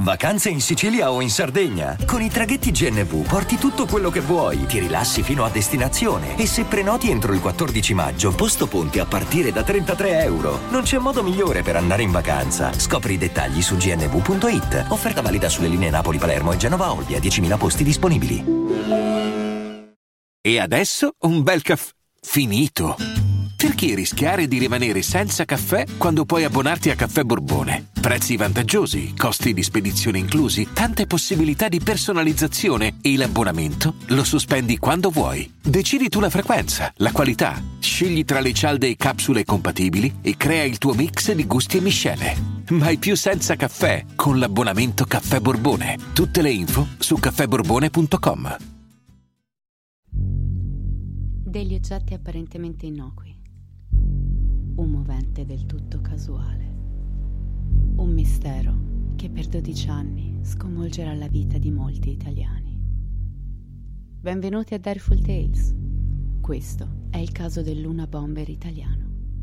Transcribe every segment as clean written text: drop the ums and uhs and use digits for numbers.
Vacanze in Sicilia o in Sardegna? Con i traghetti GNV porti tutto quello che vuoi, ti rilassi fino a destinazione e se prenoti entro il 14 maggio, posto ponti a partire da €33. Non c'è modo migliore per andare in vacanza. Scopri i dettagli su gnv.it. Offerta valida sulle linee Napoli-Palermo e Genova-Olbia, 10.000 posti disponibili. E adesso un bel caffè finito. Perché rischiare di rimanere senza caffè quando puoi abbonarti a Caffè Borbone? Prezzi vantaggiosi, costi di spedizione inclusi, tante possibilità di personalizzazione e l'abbonamento lo sospendi quando vuoi. Decidi tu la frequenza, la qualità, scegli tra le cialde e capsule compatibili e crea il tuo mix di gusti e miscele. Mai più senza caffè con l'abbonamento Caffè Borbone. Tutte le info su caffèborbone.com. Degli oggetti apparentemente innocui. Un movente del tutto casuale. Un mistero che per 12 anni sconvolgerà la vita di molti italiani. Benvenuti a Direful Tales. Questo è il caso del Luna Bomber italiano.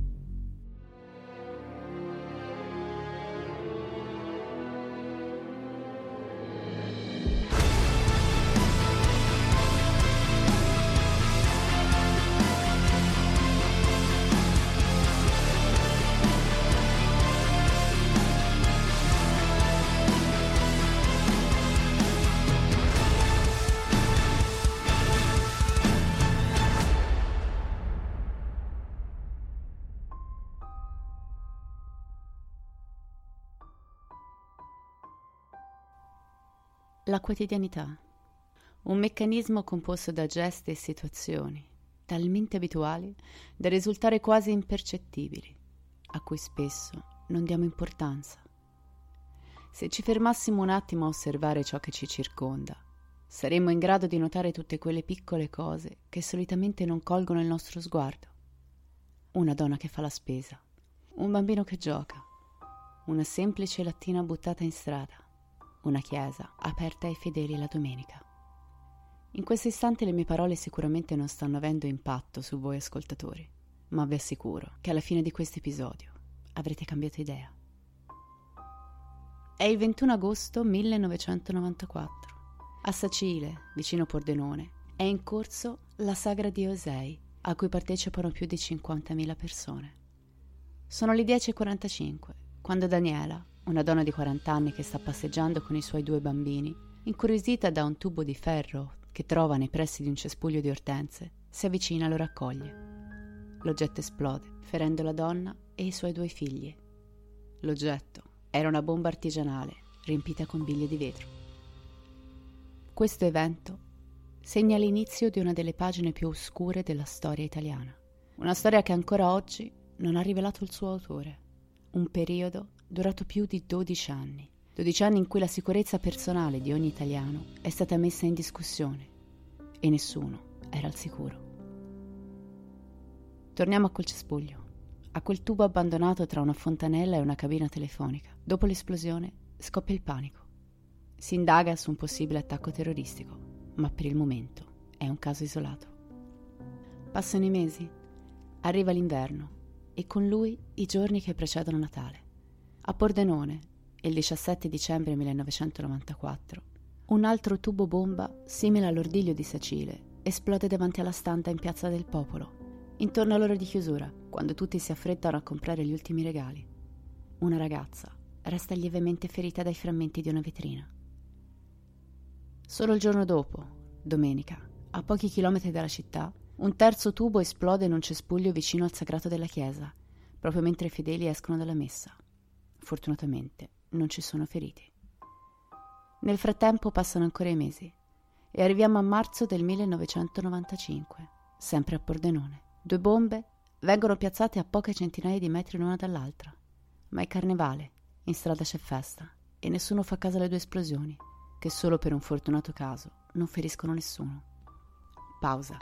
La quotidianità. Un meccanismo composto da gesti e situazioni, talmente abituali da risultare quasi impercettibili, a cui spesso non diamo importanza. Se ci fermassimo un attimo a osservare ciò che ci circonda, saremmo in grado di notare tutte quelle piccole cose che solitamente non colgono il nostro sguardo. Una donna che fa la spesa, un bambino che gioca, una semplice lattina buttata in strada, una chiesa aperta ai fedeli la domenica. In questo istante le mie parole sicuramente non stanno avendo impatto su voi ascoltatori, ma vi assicuro che alla fine di questo episodio avrete cambiato idea. È il 21 agosto 1994. A Sacile, vicino Pordenone, è in corso la sagra di Osei, a cui partecipano più di 50.000 persone. Sono le 10:45, quando Daniela, una donna di 40 anni che sta passeggiando con i suoi 2 bambini, incuriosita da un tubo di ferro che trova nei pressi di un cespuglio di ortense, si avvicina e lo raccoglie. L'oggetto esplode, ferendo la donna e i suoi 2 figli. L'oggetto era una bomba artigianale riempita con biglie di vetro. Questo evento segna l'inizio di una delle pagine più oscure della storia italiana. Una storia che ancora oggi non ha rivelato il suo autore. Un periodo durato più di 12 anni. 12 anni in cui la sicurezza personale di ogni italiano è stata messa in discussione e nessuno era al sicuro. Torniamo a quel cespuglio, a quel tubo abbandonato tra una fontanella e una cabina telefonica. Dopo l'esplosione scoppia il panico. Si indaga su un possibile attacco terroristico, ma per il momento è un caso isolato. Passano i mesi, arriva l'inverno e con lui i giorni che precedono Natale. A Pordenone, il 17 dicembre 1994, un altro tubo bomba, simile all'ordiglio di Sacile, esplode davanti alla standa in Piazza del Popolo, intorno all'ora di chiusura, quando tutti si affrettano a comprare gli ultimi regali. Una ragazza resta lievemente ferita dai frammenti di una vetrina. Solo il giorno dopo, domenica, a pochi chilometri dalla città, un terzo tubo esplode in un cespuglio vicino al sagrato della chiesa, proprio mentre i fedeli escono dalla messa. Fortunatamente non ci sono feriti. Nel frattempo passano ancora i mesi e arriviamo a marzo del 1995, sempre a Pordenone. 2 bombe vengono piazzate a poche centinaia di metri l'una dall'altra, ma è carnevale, in strada c'è festa e nessuno fa caso alle 2 esplosioni, che solo per un fortunato caso non feriscono nessuno. Pausa.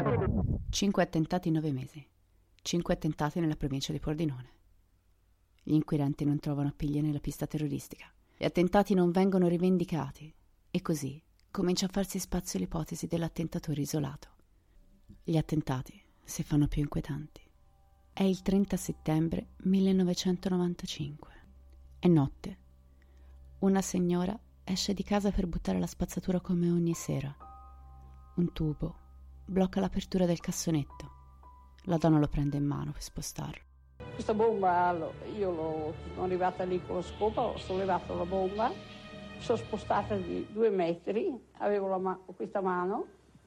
5 attentati in 9 mesi. 5 attentati nella provincia di Pordenone. Gli inquirenti non trovano appigli nella pista terroristica. Gli attentati non vengono rivendicati e così comincia a farsi spazio l'ipotesi dell'attentatore isolato. Gli attentati si fanno più inquietanti. È il 30 settembre 1995. È notte. Una signora esce di casa per buttare la spazzatura come ogni sera. Un tubo blocca l'apertura del cassonetto. La donna lo prende in mano per spostarlo. Questa bomba, sono arrivata lì con lo scopo, ho sollevato la bomba, mi sono spostata di 2 metri, avevo questa mano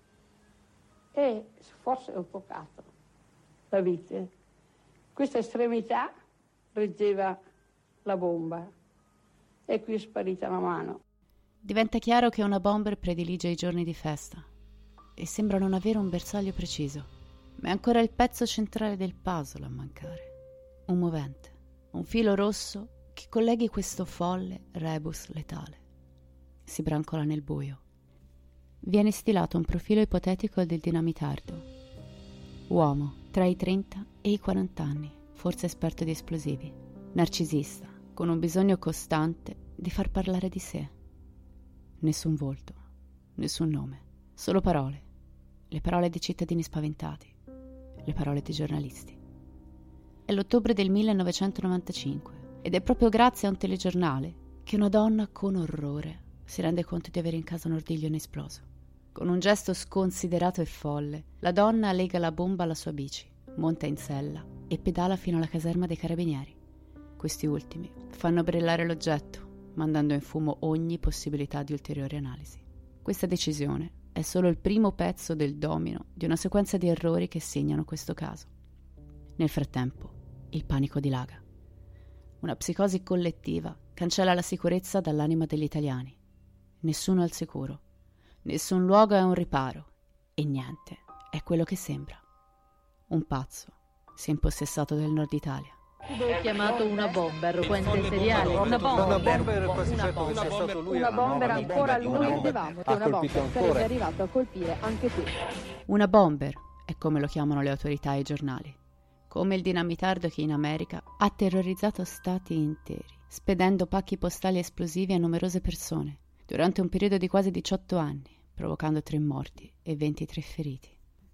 e forse ho toccato la vite. Questa estremità reggeva la bomba e qui è sparita la mano. Diventa chiaro che una bomber predilige i giorni di festa e sembra non avere un bersaglio preciso, ma è ancora il pezzo centrale del puzzle a mancare. Un movente, un filo rosso che colleghi questo folle rebus letale. Si brancola nel buio. Viene stilato un profilo ipotetico del dinamitardo. Uomo, tra i 30 e i 40 anni, forse esperto di esplosivi. Narcisista, con un bisogno costante di far parlare di sé. Nessun volto, nessun nome, solo parole. Le parole di cittadini spaventati, le parole di giornalisti. È l'ottobre del 1995 ed è proprio grazie a un telegiornale che una donna con orrore si rende conto di avere in casa un ordiglio inesploso. Con un gesto sconsiderato e folle, la donna lega la bomba alla sua bici, monta in sella e pedala fino alla caserma dei carabinieri. Questi ultimi fanno brillare l'oggetto, mandando in fumo ogni possibilità di ulteriore analisi. Questa decisione è solo il primo pezzo del domino di una sequenza di errori che segnano questo caso. Nel frattempo, il panico dilaga. Una psicosi collettiva cancella la sicurezza dall'anima degli italiani. Nessuno è al sicuro, nessun luogo è un riparo e niente è quello che sembra. Un pazzo si è impossessato del nord Italia. Ho chiamato una bomber, quente seriale. Una bomber ancora lui vedevamo che una bomber sarebbe arrivato a colpire anche tu. Una bomber è come lo chiamano le autorità e i giornali. Come il dinamitardo che in America ha terrorizzato stati interi, spedendo pacchi postali esplosivi a numerose persone, durante un periodo di quasi 18 anni, provocando 3 morti e 23 feriti.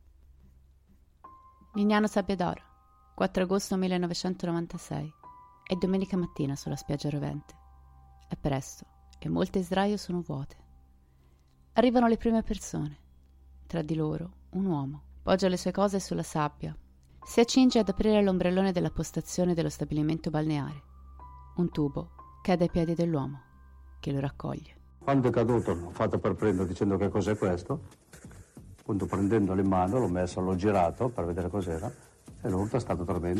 Lignano Sabbiadoro, 4 agosto 1996. È domenica mattina sulla spiaggia rovente. È presto e molte sdraio sono vuote. Arrivano le prime persone. Tra di loro un uomo. Poggia le sue cose sulla sabbia. Si accinge ad aprire l'ombrellone della postazione dello stabilimento balneare. Un tubo cade ai piedi dell'uomo, che lo raccoglie. Quando è caduto l'ho fatto per prendere dicendo che cos'è questo. Appunto prendendolo in mano l'ho messo, l'ho girato per vedere cos'era e l'urto è stato tremendo.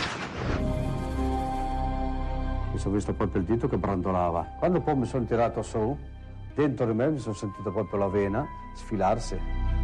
Mi sono visto proprio il dito che brandolava. Quando poi mi sono tirato su, dentro di me mi sono sentito proprio la vena sfilarsi.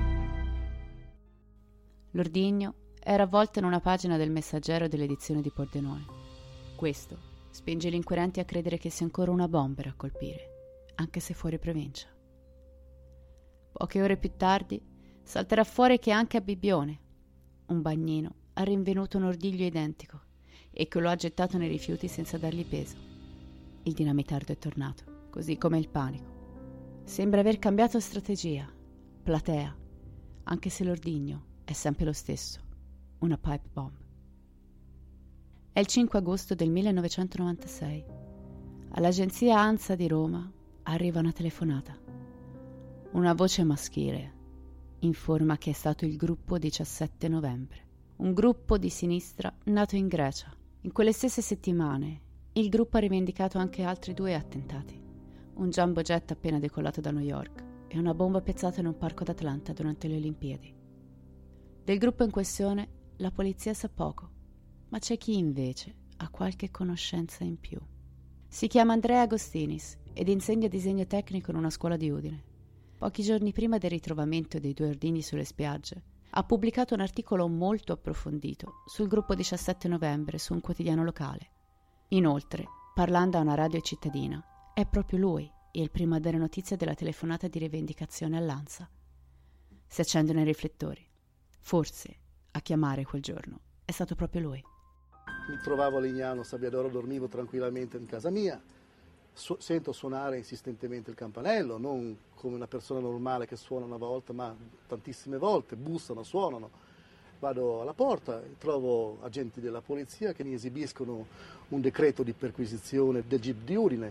L'ordigno era avvolto in una pagina del Messaggero dell'edizione di Pordenone. Questo spinge gli inquirenti a credere che sia ancora una bomber a colpire, anche se fuori provincia. Poche ore più tardi salterà fuori che anche a Bibbione un bagnino ha rinvenuto un ordiglio identico e che lo ha gettato nei rifiuti senza dargli peso. Il dinamitardo è tornato, così come il panico. Sembra aver cambiato strategia, platea, anche se l'ordigno è sempre lo stesso, una pipe bomb. È il 5 agosto del 1996. All'agenzia ANSA di Roma arriva una telefonata. Una voce maschile informa che è stato il gruppo 17 novembre, un gruppo di sinistra nato in Grecia. In quelle stesse settimane il gruppo ha rivendicato anche altri 2 attentati, un jumbo jet appena decollato da New York e una bomba piazzata in un parco d'Atlanta durante le Olimpiadi. Del gruppo in questione la polizia sa poco, ma c'è chi invece ha qualche conoscenza in più. Si chiama Andrea Agostinis ed insegna disegno tecnico in una scuola di Udine. Pochi giorni prima del ritrovamento dei 2 ordigni sulle spiagge, ha pubblicato un articolo molto approfondito sul gruppo 17 novembre su un quotidiano locale. Inoltre, parlando a una radio cittadina, è proprio lui il primo a dare notizia della telefonata di rivendicazione all'ANSA. Si accendono i riflettori. Forse, a chiamare quel giorno, è stato proprio lui. Mi trovavo a Lignano Sabbiadoro, dormivo tranquillamente in casa mia. Sento suonare insistentemente il campanello, non come una persona normale che suona una volta, ma tantissime volte, bussano, suonano. Vado alla porta e trovo agenti della polizia che mi esibiscono un decreto di perquisizione del GIP di Udine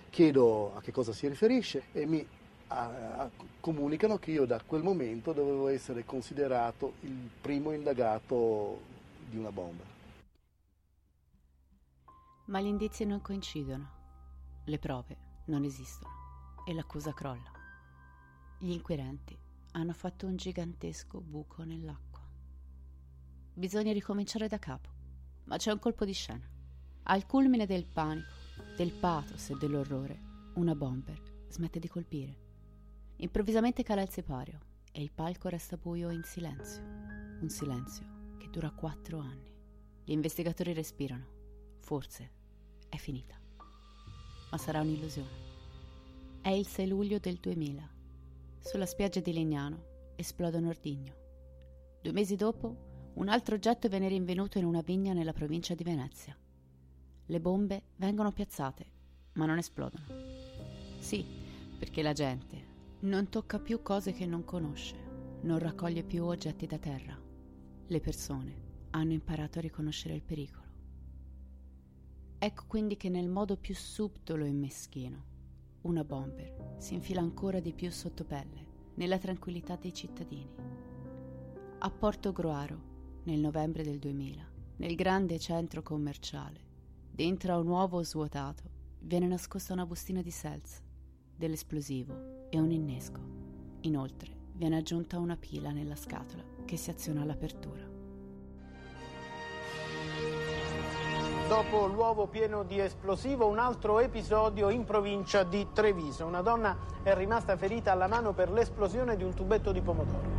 chiedo a che cosa si riferisce e mi comunicano che io da quel momento dovevo essere considerato il primo indagato di una bomba. Ma gli indizi non coincidono, le prove non esistono e l'accusa crolla. Gli inquirenti hanno fatto un gigantesco buco nell'acqua. Bisogna ricominciare da capo, ma c'è un colpo di scena. Al culmine del panico, del pathos e dell'orrore, una bomber smette di colpire. Improvvisamente cala il sipario e il palco resta buio in silenzio. Un silenzio che dura 4 anni. Gli investigatori respirano. Forse è finita. Ma sarà un'illusione. È il 6 luglio del 2000. Sulla spiaggia di Legnano esplode un ordigno. 2 mesi dopo, un altro oggetto viene rinvenuto in una vigna nella provincia di Venezia. Le bombe vengono piazzate, ma non esplodono. Sì, perché la gente non tocca più cose che non conosce, non raccoglie più oggetti da terra. Le persone hanno imparato a riconoscere il pericolo. Ecco quindi che nel modo più subdolo e meschino, una bomber si infila ancora di più sottopelle, nella tranquillità dei cittadini. A Portogruaro, nel novembre del 2000, nel grande centro commerciale, dentro a un uovo svuotato, viene nascosta una bustina di seltz, dell'esplosivo e un innesco. Inoltre viene aggiunta una pila nella scatola che si aziona all'apertura. Dopo l'uovo pieno di esplosivo, un altro episodio in provincia di Treviso. Una donna è rimasta ferita alla mano per l'esplosione di un tubetto di pomodoro.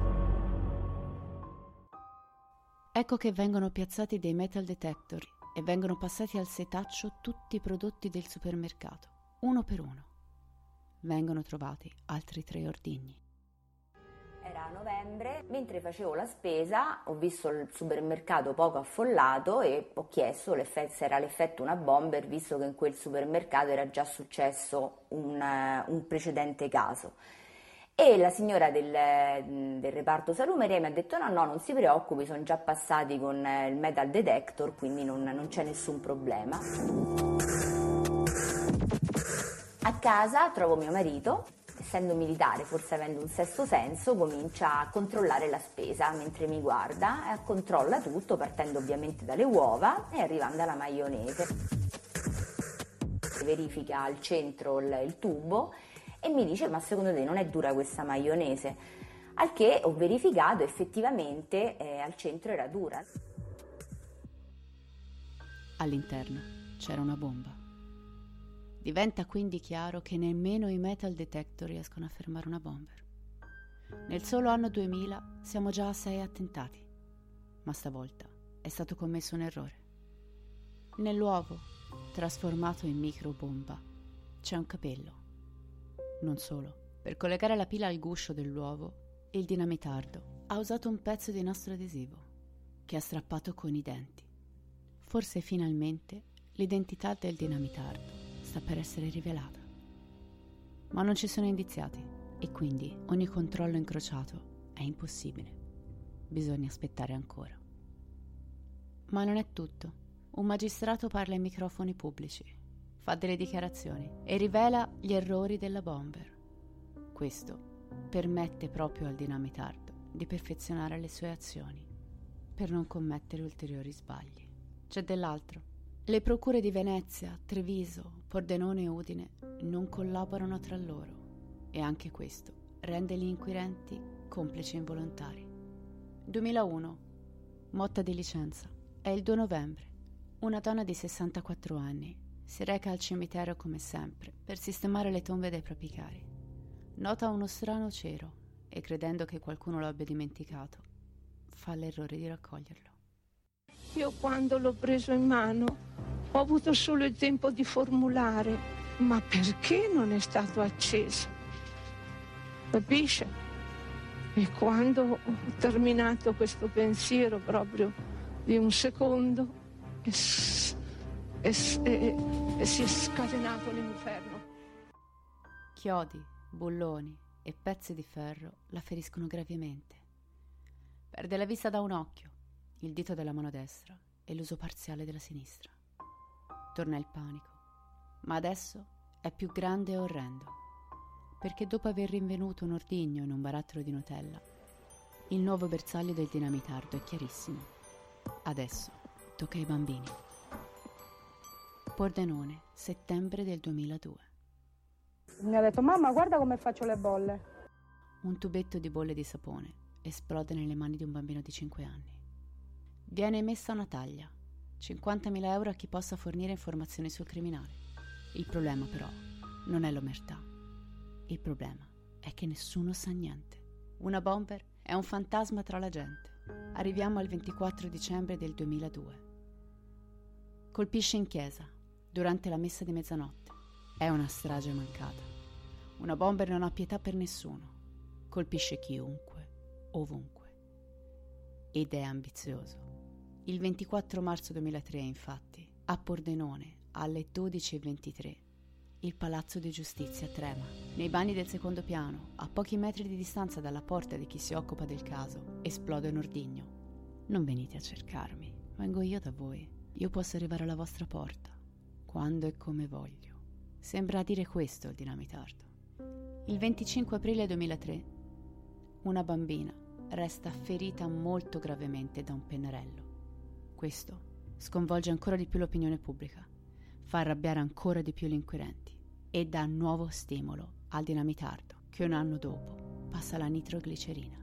Ecco che vengono piazzati dei metal detector e vengono passati al setaccio tutti i prodotti del supermercato, uno per uno. Vengono trovati altri 3 ordigni. Era novembre, mentre facevo la spesa ho visto il supermercato poco affollato e ho chiesto se era l'effetto una bomber, visto che in quel supermercato era già successo un precedente caso. E la signora del reparto salumeria mi ha detto no, non si preoccupi, sono già passati con il metal detector, quindi non c'è nessun problema. A casa trovo mio marito, essendo militare, forse avendo un sesto senso, comincia a controllare la spesa mentre mi guarda e controlla tutto, partendo ovviamente dalle uova e arrivando alla maionese. Verifica al centro il tubo e mi dice ma secondo te non è dura questa maionese? Al che ho verificato, effettivamente al centro era dura. All'interno c'era una bomba. Diventa quindi chiaro che nemmeno i metal detector riescono a fermare una bomber. Nel solo anno 2000 siamo già a 6 attentati, ma stavolta è stato commesso un errore. Nell'uovo, trasformato in microbomba, c'è un capello. Non solo, per collegare la pila al guscio dell'uovo, il dinamitardo ha usato un pezzo di nastro adesivo che ha strappato con i denti. Forse finalmente l'identità del dinamitardo sta per essere rivelata. Ma non ci sono indiziati e quindi ogni controllo incrociato è impossibile. Bisogna aspettare ancora. Ma non è tutto. Un magistrato parla ai microfoni pubblici, fa delle dichiarazioni e rivela gli errori della bomber. Questo permette proprio al dinamitardo di perfezionare le sue azioni per non commettere ulteriori sbagli. C'è dell'altro. Le procure di Venezia, Treviso, Pordenone e Udine non collaborano tra loro e anche questo rende gli inquirenti complici involontari. 2001. Motta di Licenza. È il 2 novembre. Una donna di 64 anni si reca al cimitero come sempre per sistemare le tombe dei propri cari. Nota uno strano cero e, credendo che qualcuno lo abbia dimenticato, fa l'errore di raccoglierlo. Io quando l'ho preso in mano ho avuto solo il tempo di formulare: ma perché non è stato acceso? Capisce? E quando ho terminato questo pensiero proprio di un secondo e si è scatenato l'inferno. Chiodi, bulloni e pezzi di ferro la feriscono gravemente. Perde la vista da un occhio, il dito della mano destra e l'uso parziale della sinistra. Torna il panico, ma adesso è più grande e orrendo, perché dopo aver rinvenuto un ordigno in un barattolo di Nutella, il nuovo bersaglio del dinamitardo è chiarissimo. Adesso tocca ai bambini. Pordenone, settembre del 2002. Mi ha detto: mamma, guarda come faccio le bolle. Un tubetto di bolle di sapone esplode nelle mani di un bambino di 5 anni. Viene emessa una taglia, 50.000 euro a chi possa fornire informazioni sul criminale. Il problema però non è l'omertà. Il problema è che nessuno sa niente. Una bomber è un fantasma tra la gente. Arriviamo al 24 dicembre del 2002. Colpisce in chiesa durante la messa di mezzanotte. È una strage mancata. Una bomber non ha pietà per nessuno. Colpisce chiunque, ovunque. Ed è ambizioso. Il 24 marzo 2003, infatti, a Pordenone, alle 12:23, il Palazzo di Giustizia trema. Nei bagni del secondo piano, a pochi metri di distanza dalla porta di chi si occupa del caso, esplode un ordigno. Non venite a cercarmi, vengo io da voi. Io posso arrivare alla vostra porta, quando e come voglio. Sembra dire questo il dinamitardo. Il 25 aprile 2003, una bambina resta ferita molto gravemente da un pennarello. Questo sconvolge ancora di più l'opinione pubblica, fa arrabbiare ancora di più gli inquirenti e dà nuovo stimolo al dinamitardo che un anno dopo passa la nitroglicerina.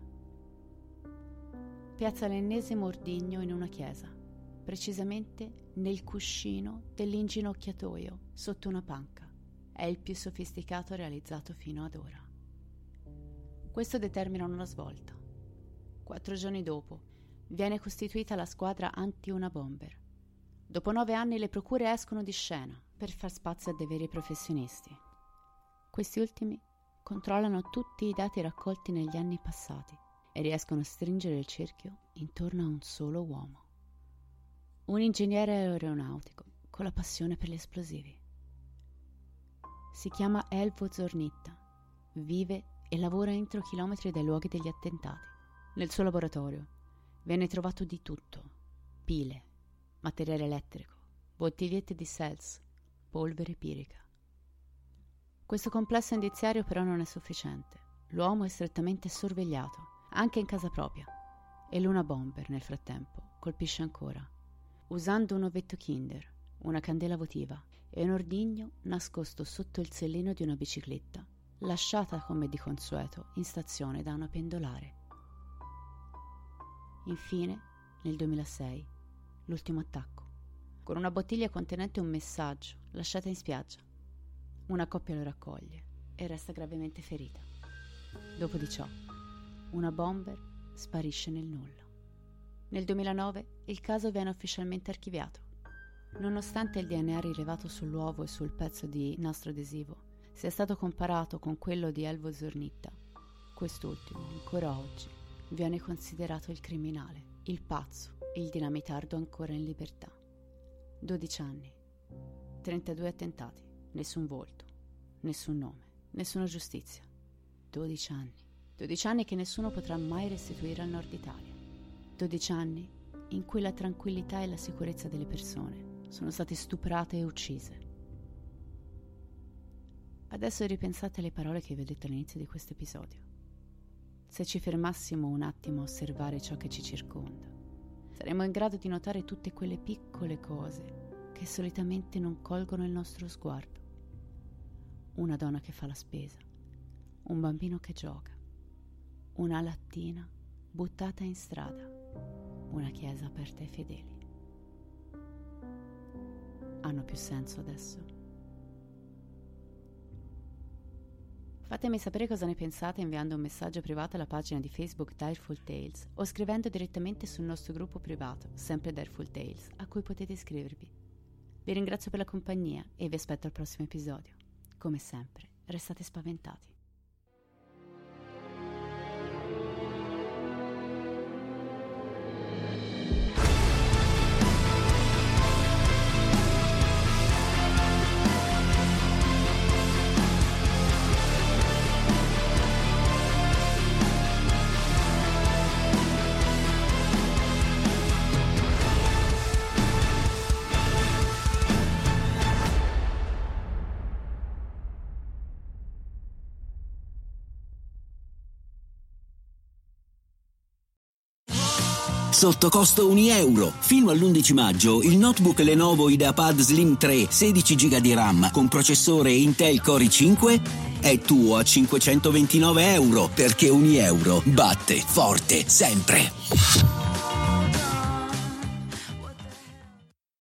Piazza l'ennesimo ordigno in una chiesa, precisamente nel cuscino dell'inginocchiatoio sotto una panca. È il più sofisticato realizzato fino ad ora. Questo determina una svolta. 4 giorni dopo viene costituita la squadra anti-una bomber. Dopo 9 anni le procure escono di scena per far spazio a dei veri professionisti. Questi ultimi controllano tutti i dati raccolti negli anni passati e riescono a stringere il cerchio intorno a un solo uomo. Un ingegnere aeronautico con la passione per gli esplosivi. Si chiama Elvo Zornitta, vive e lavora entro chilometri dai luoghi degli attentati. Nel suo laboratorio viene trovato di tutto: pile, materiale elettrico, bottigliette di Seltz, polvere pirica. Questo complesso indiziario però non è sufficiente. L'uomo è strettamente sorvegliato, anche in casa propria, e l'una bomber nel frattempo colpisce ancora, usando un ovetto Kinder, una candela votiva e un ordigno nascosto sotto il sellino di una bicicletta, lasciata come di consueto in stazione da una pendolare. Infine, nel 2006, l'ultimo attacco, con una bottiglia contenente un messaggio lasciata in spiaggia. Una coppia lo raccoglie e resta gravemente ferita. Dopo di ciò, una bomber sparisce nel nulla. Nel 2009 il caso viene ufficialmente archiviato. Nonostante il DNA rilevato sull'uovo e sul pezzo di nastro adesivo sia stato comparato con quello di Elvo Zornitta, quest'ultimo, ancora oggi, viene considerato il criminale, il pazzo, il dinamitardo ancora in libertà. 12 anni, 32 attentati, nessun volto, nessun nome, nessuna giustizia. 12 anni. 12 anni che nessuno potrà mai restituire al nord Italia. 12 anni in cui la tranquillità e la sicurezza delle persone sono state stuprate e uccise. Adesso ripensate alle parole che vi ho detto all'inizio di questo episodio. Se ci fermassimo un attimo a osservare ciò che ci circonda, saremmo in grado di notare tutte quelle piccole cose che solitamente non colgono il nostro sguardo. Una donna che fa la spesa, un bambino che gioca, una lattina buttata in strada, una chiesa aperta ai fedeli. Hanno più senso adesso? Fatemi sapere cosa ne pensate inviando un messaggio privato alla pagina di Facebook Direful Tales o scrivendo direttamente sul nostro gruppo privato, sempre Direful Tales, a cui potete iscrivervi. Vi ringrazio per la compagnia e vi aspetto al prossimo episodio. Come sempre, restate spaventati. sotto costo €1. Fino all'11 maggio il notebook Lenovo IdeaPad Slim 3 16 GB di RAM con processore Intel Core i5 è tuo a €529, perché €1 batte forte sempre.